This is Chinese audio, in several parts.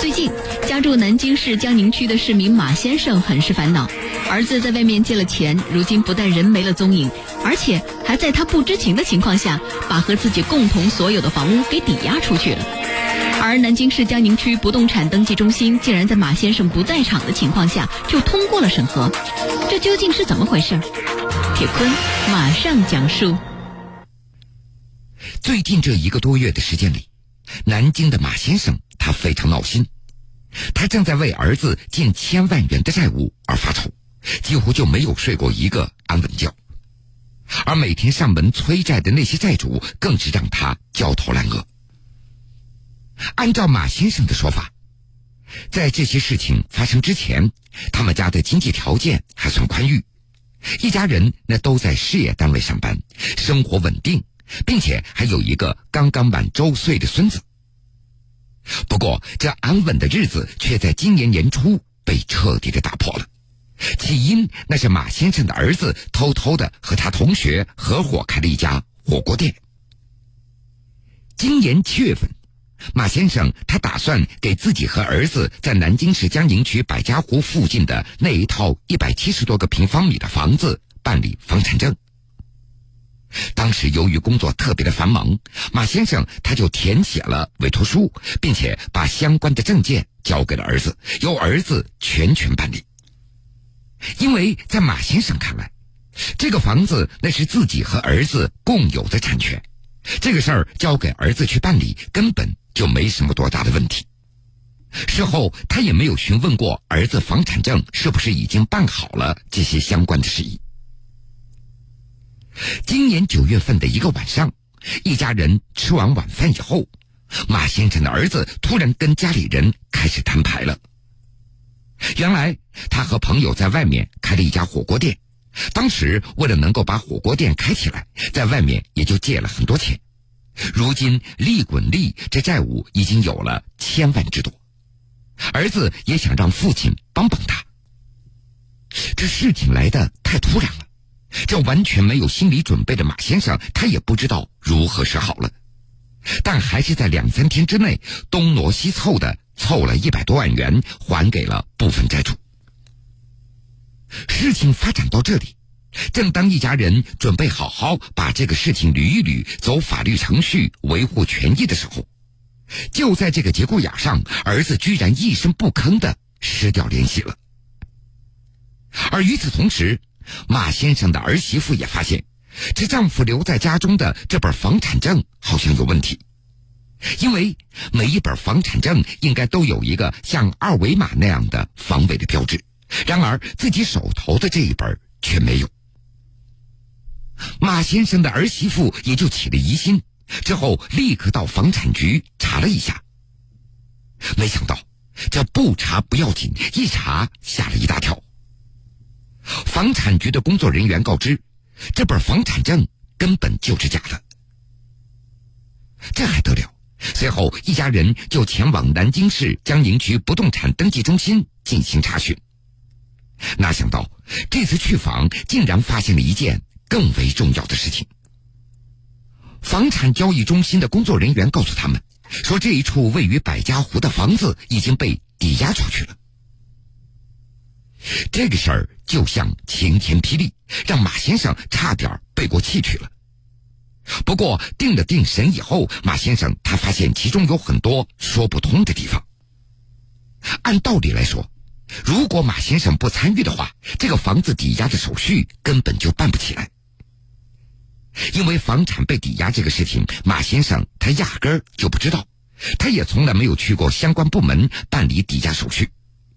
最近，家住南京市江宁区的市民马先生很是烦恼，儿子在外面借了钱，如今不但人没了踪影，而且还在他不知情的情况下，把和自己共同所有的房屋给抵押出去了。而南京市江宁区不动产登记中心竟然在马先生不在场的情况下就通过了审核，这究竟是怎么回事？铁坤马上讲述。 最近这1个多月的时间里，南京的马先生他非常闹心，他正在为儿子近1000万元的债务而发愁，几乎就没有睡过一个安稳觉，而每天上门催债的那些债主更是让他焦头烂额。按照马先生的说法，在这些事情发生之前，他们家的经济条件还算宽裕，一家人那都在事业单位上班，生活稳定，并且还有一个刚刚满周岁的孙子。不过这安稳的日子却在今年年初被彻底的打破了，起因那是马先生的儿子偷偷的和他同学合伙开了一家火锅店。今年7月份，马先生他打算给自己和儿子在南京市江宁区百家湖附近的那一套170多个平方米的房子办理房产证。当时由于工作特别的繁忙，马先生他就填写了委托书，并且把相关的证件交给了儿子，由儿子全权办理。因为在马先生看来，这个房子那是自己和儿子共有的产权，这个事儿交给儿子去办理根本就没什么多大的问题。事后他也没有询问过儿子房产证是不是已经办好了这些相关的事宜。今年9月份的一个晚上，一家人吃完晚饭以后，马先生的儿子突然跟家里人开始摊牌了。原来他和朋友在外面开了一家火锅店，当时为了能够把火锅店开起来，在外面也就借了很多钱，如今利滚利，这债务已经有了1000万之多。儿子也想让父亲帮帮他，这事情来得太突然了，这完全没有心理准备的马先生他也不知道如何是好了，但还是在2-3天之内东挪西凑的凑了100多万元还给了部分债主。事情发展到这里，正当一家人准备好好把这个事情捋一捋，走法律程序维护权益的时候，就在这个节骨眼上，儿子居然一声不吭的失掉联系了。而与此同时，马先生的儿媳妇也发现，这丈夫留在家中的这本房产证好像有问题，因为每一本房产证应该都有一个像2维码那样的防伪的标志，然而自己手头的这一本却没有。马先生的儿媳妇也就起了疑心，之后立刻到房产局查了一下，没想到这不查不要紧，一查吓了一大跳。房产局的工作人员告知，这本房产证根本就是假的。这还得了？随后一家人就前往南京市江宁区不动产登记中心进行查询。哪想到这次去访竟然发现了一件更为重要的事情。房产交易中心的工作人员告诉他们说，这一处位于百家湖的房子已经被抵押出去了。这个事儿就像晴天霹雳，让马先生差点背过气去了。不过定了定神以后，马先生他发现其中有很多说不通的地方。按道理来说，如果马先生不参与的话，这个房子抵押的手续根本就办不起来。因为房产被抵押这个事情，马先生他压根儿就不知道，他也从来没有去过相关部门办理抵押手续。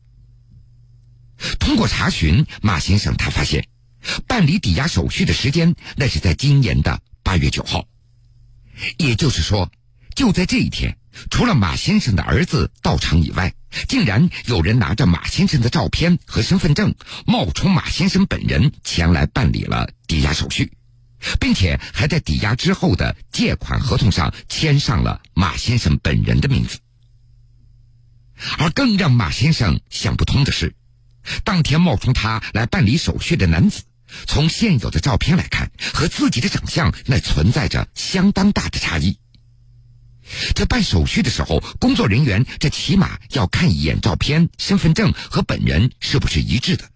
通过查询，马先生他发现办理抵押手续的时间那是在今年的8月9号，也就是说就在这一天，除了马先生的儿子到场以外，竟然有人拿着马先生的照片和身份证，冒充马先生本人前来办理了抵押手续，并且还在抵押之后的借款合同上签上了马先生本人的名字。而更让马先生想不通的是，当天冒充他来办理手续的男子，从现有的照片来看，和自己的长相那存在着相当大的差异。 这办手续的时候，工作人员这起码要看一眼照片、身份证和本人是不是一致的。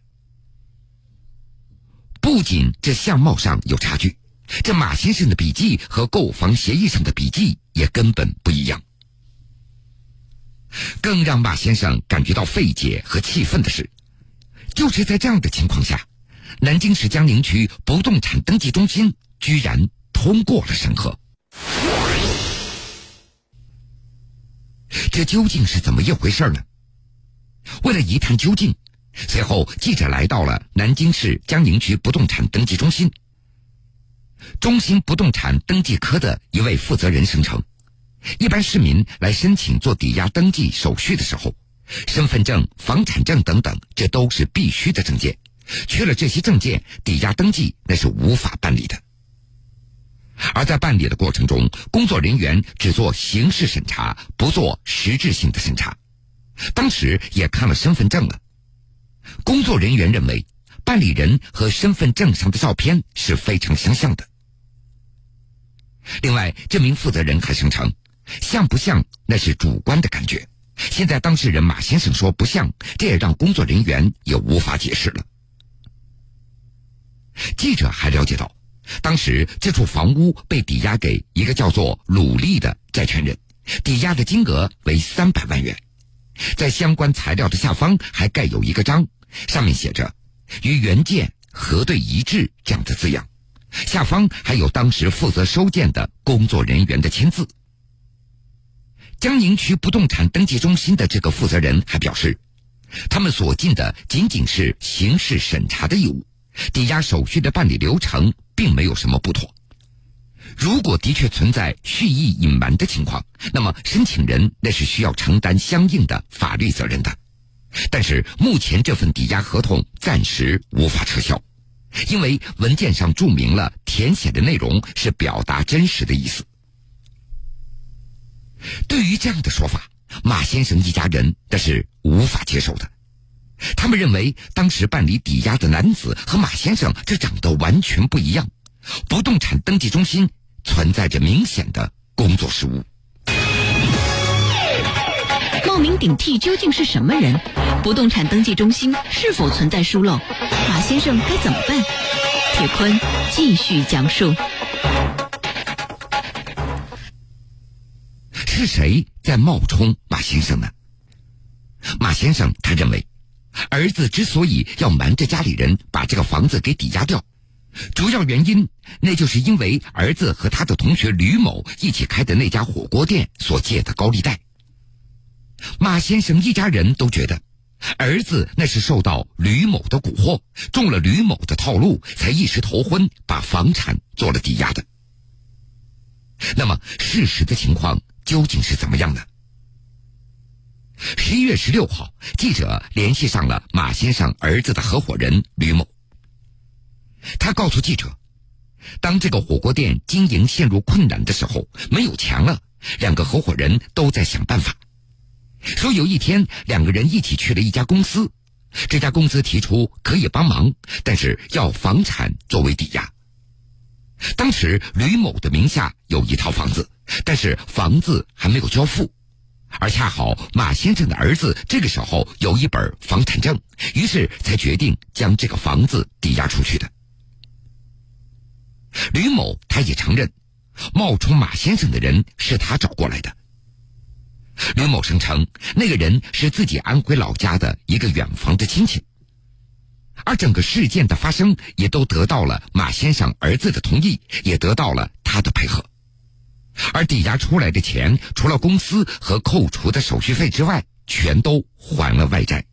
不仅这相貌上有差距，这马先生的笔迹和购房协议上的笔迹也根本不一样。更让马先生感觉到费解和气愤的是，就是在这样的情况下，南京市江宁区不动产登记中心居然通过了审核。这究竟是怎么一回事呢？为了一探究竟，随后记者来到了南京市江宁区不动产登记中心。中心不动产登记科的一位负责人声称，一般市民来申请做抵押登记手续的时候，身份证、房产证等等，这都是必须的证件，缺了这些证件，抵押登记那是无法办理的。而在办理的过程中，工作人员只做形式审查，不做实质性的审查。当时也看了身份证了，工作人员认为办理人和身份证上的照片是非常相像的。另外，这名负责人还声称，像不像那是主观的感觉，现在当事人马先生说不像，这也让工作人员也无法解释了。记者还了解到，当时这处房屋被抵押给一个叫做鲁丽的债权人，抵押的金额为300万元。在相关材料的下方还盖有一个章，上面写着与原件核对一致这样的字样，下方还有当时负责收件的工作人员的签字。江宁区不动产登记中心的这个负责人还表示，他们所尽的仅仅是刑事审查的义务，抵押手续的办理流程并没有什么不妥。如果的确存在蓄意隐瞒的情况，那么申请人那是需要承担相应的法律责任的。但是目前这份抵押合同暂时无法撤销，因为文件上注明了填写的内容是表达真实的意思。对于这样的说法，马先生一家人那是无法接受的。他们认为当时办理抵押的男子和马先生这长得完全不一样，不动产登记中心存在着明显的工作失误。 冒名顶替究竟是什么人？不动产登记中心是否存在疏漏？马先生该怎么办？铁坤继续讲述。 是谁在冒充马先生呢？马先生他认为，儿子之所以要瞒着家里人把这个房子给抵押掉，主要原因那就是因为儿子和他的同学吕某一起开的那家火锅店所借的高利贷。马先生一家人都觉得儿子那是受到吕某的蛊惑，中了吕某的套路，才一时头昏把房产做了抵押的。那么事实的情况究竟是怎么样呢？11月16号，记者联系上了马先生儿子的合伙人吕某。他告诉记者，当这个火锅店经营陷入困难的时候，没有钱了，两个合伙人都在想办法。说有一天两个人一起去了一家公司，这家公司提出可以帮忙，但是要房产作为抵押。当时吕某的名下有一套房子，但是房子还没有交付，而恰好马先生的儿子这个时候有一本房产证，于是才决定将这个房子抵押出去的。吕某他也承认，冒充马先生的人是他找过来的。吕某声称，那个人是自己安徽老家的一个远房的亲戚，而整个事件的发生也都得到了马先生儿子的同意，也得到了他的配合。而抵押出来的钱，除了公司和扣除的手续费之外，全都还了外债。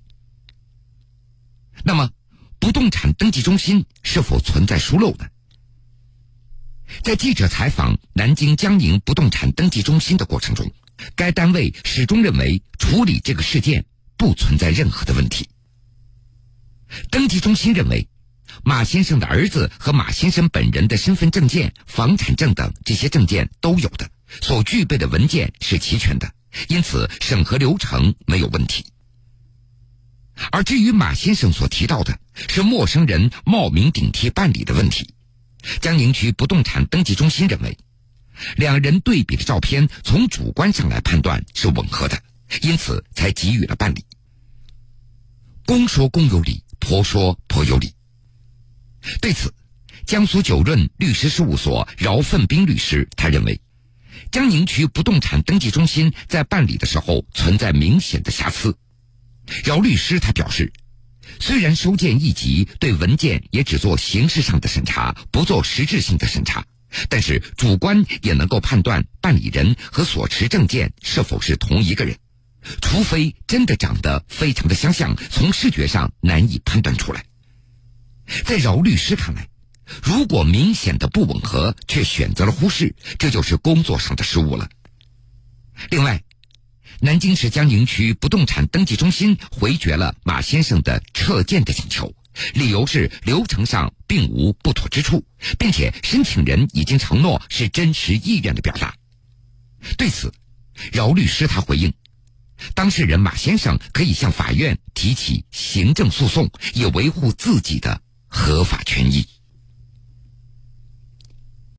那么，不动产登记中心是否存在疏漏呢？在记者采访南京江宁不动产登记中心的过程中，该单位始终认为处理这个事件不存在任何的问题。登记中心认为，马先生的儿子和马先生本人的身份证件、房产证等这些证件都有的，所具备的文件是齐全的，因此审核流程没有问题。而至于马先生所提到的是陌生人冒名顶替办理的问题，江宁区不动产登记中心认为， 两人对比的照片从主观上来判断是吻合的，因此才给予了办理。公说公有理，婆说婆有理。对此，江苏九润律师事务所饶奋斌律师他认为，江宁区不动产登记中心在办理的时候存在明显的瑕疵。饶律师他表示，虽然收件一级对文件也只做形式上的审查，不做实质性的审查，但是主观也能够判断办理人和所持证件是否是同一个人，除非真的长得非常的相像，从视觉上难以判断出来。在饶律师看来，如果明显的不吻合却选择了忽视，这就是工作上的失误了。另外，南京市江宁区不动产登记中心回绝了马先生的撤件的请求，理由是流程上并无不妥之处，并且申请人已经承诺是真实意愿的表达。对此，饶律师他回应，当事人马先生可以向法院提起行政诉讼，以维护自己的合法权益。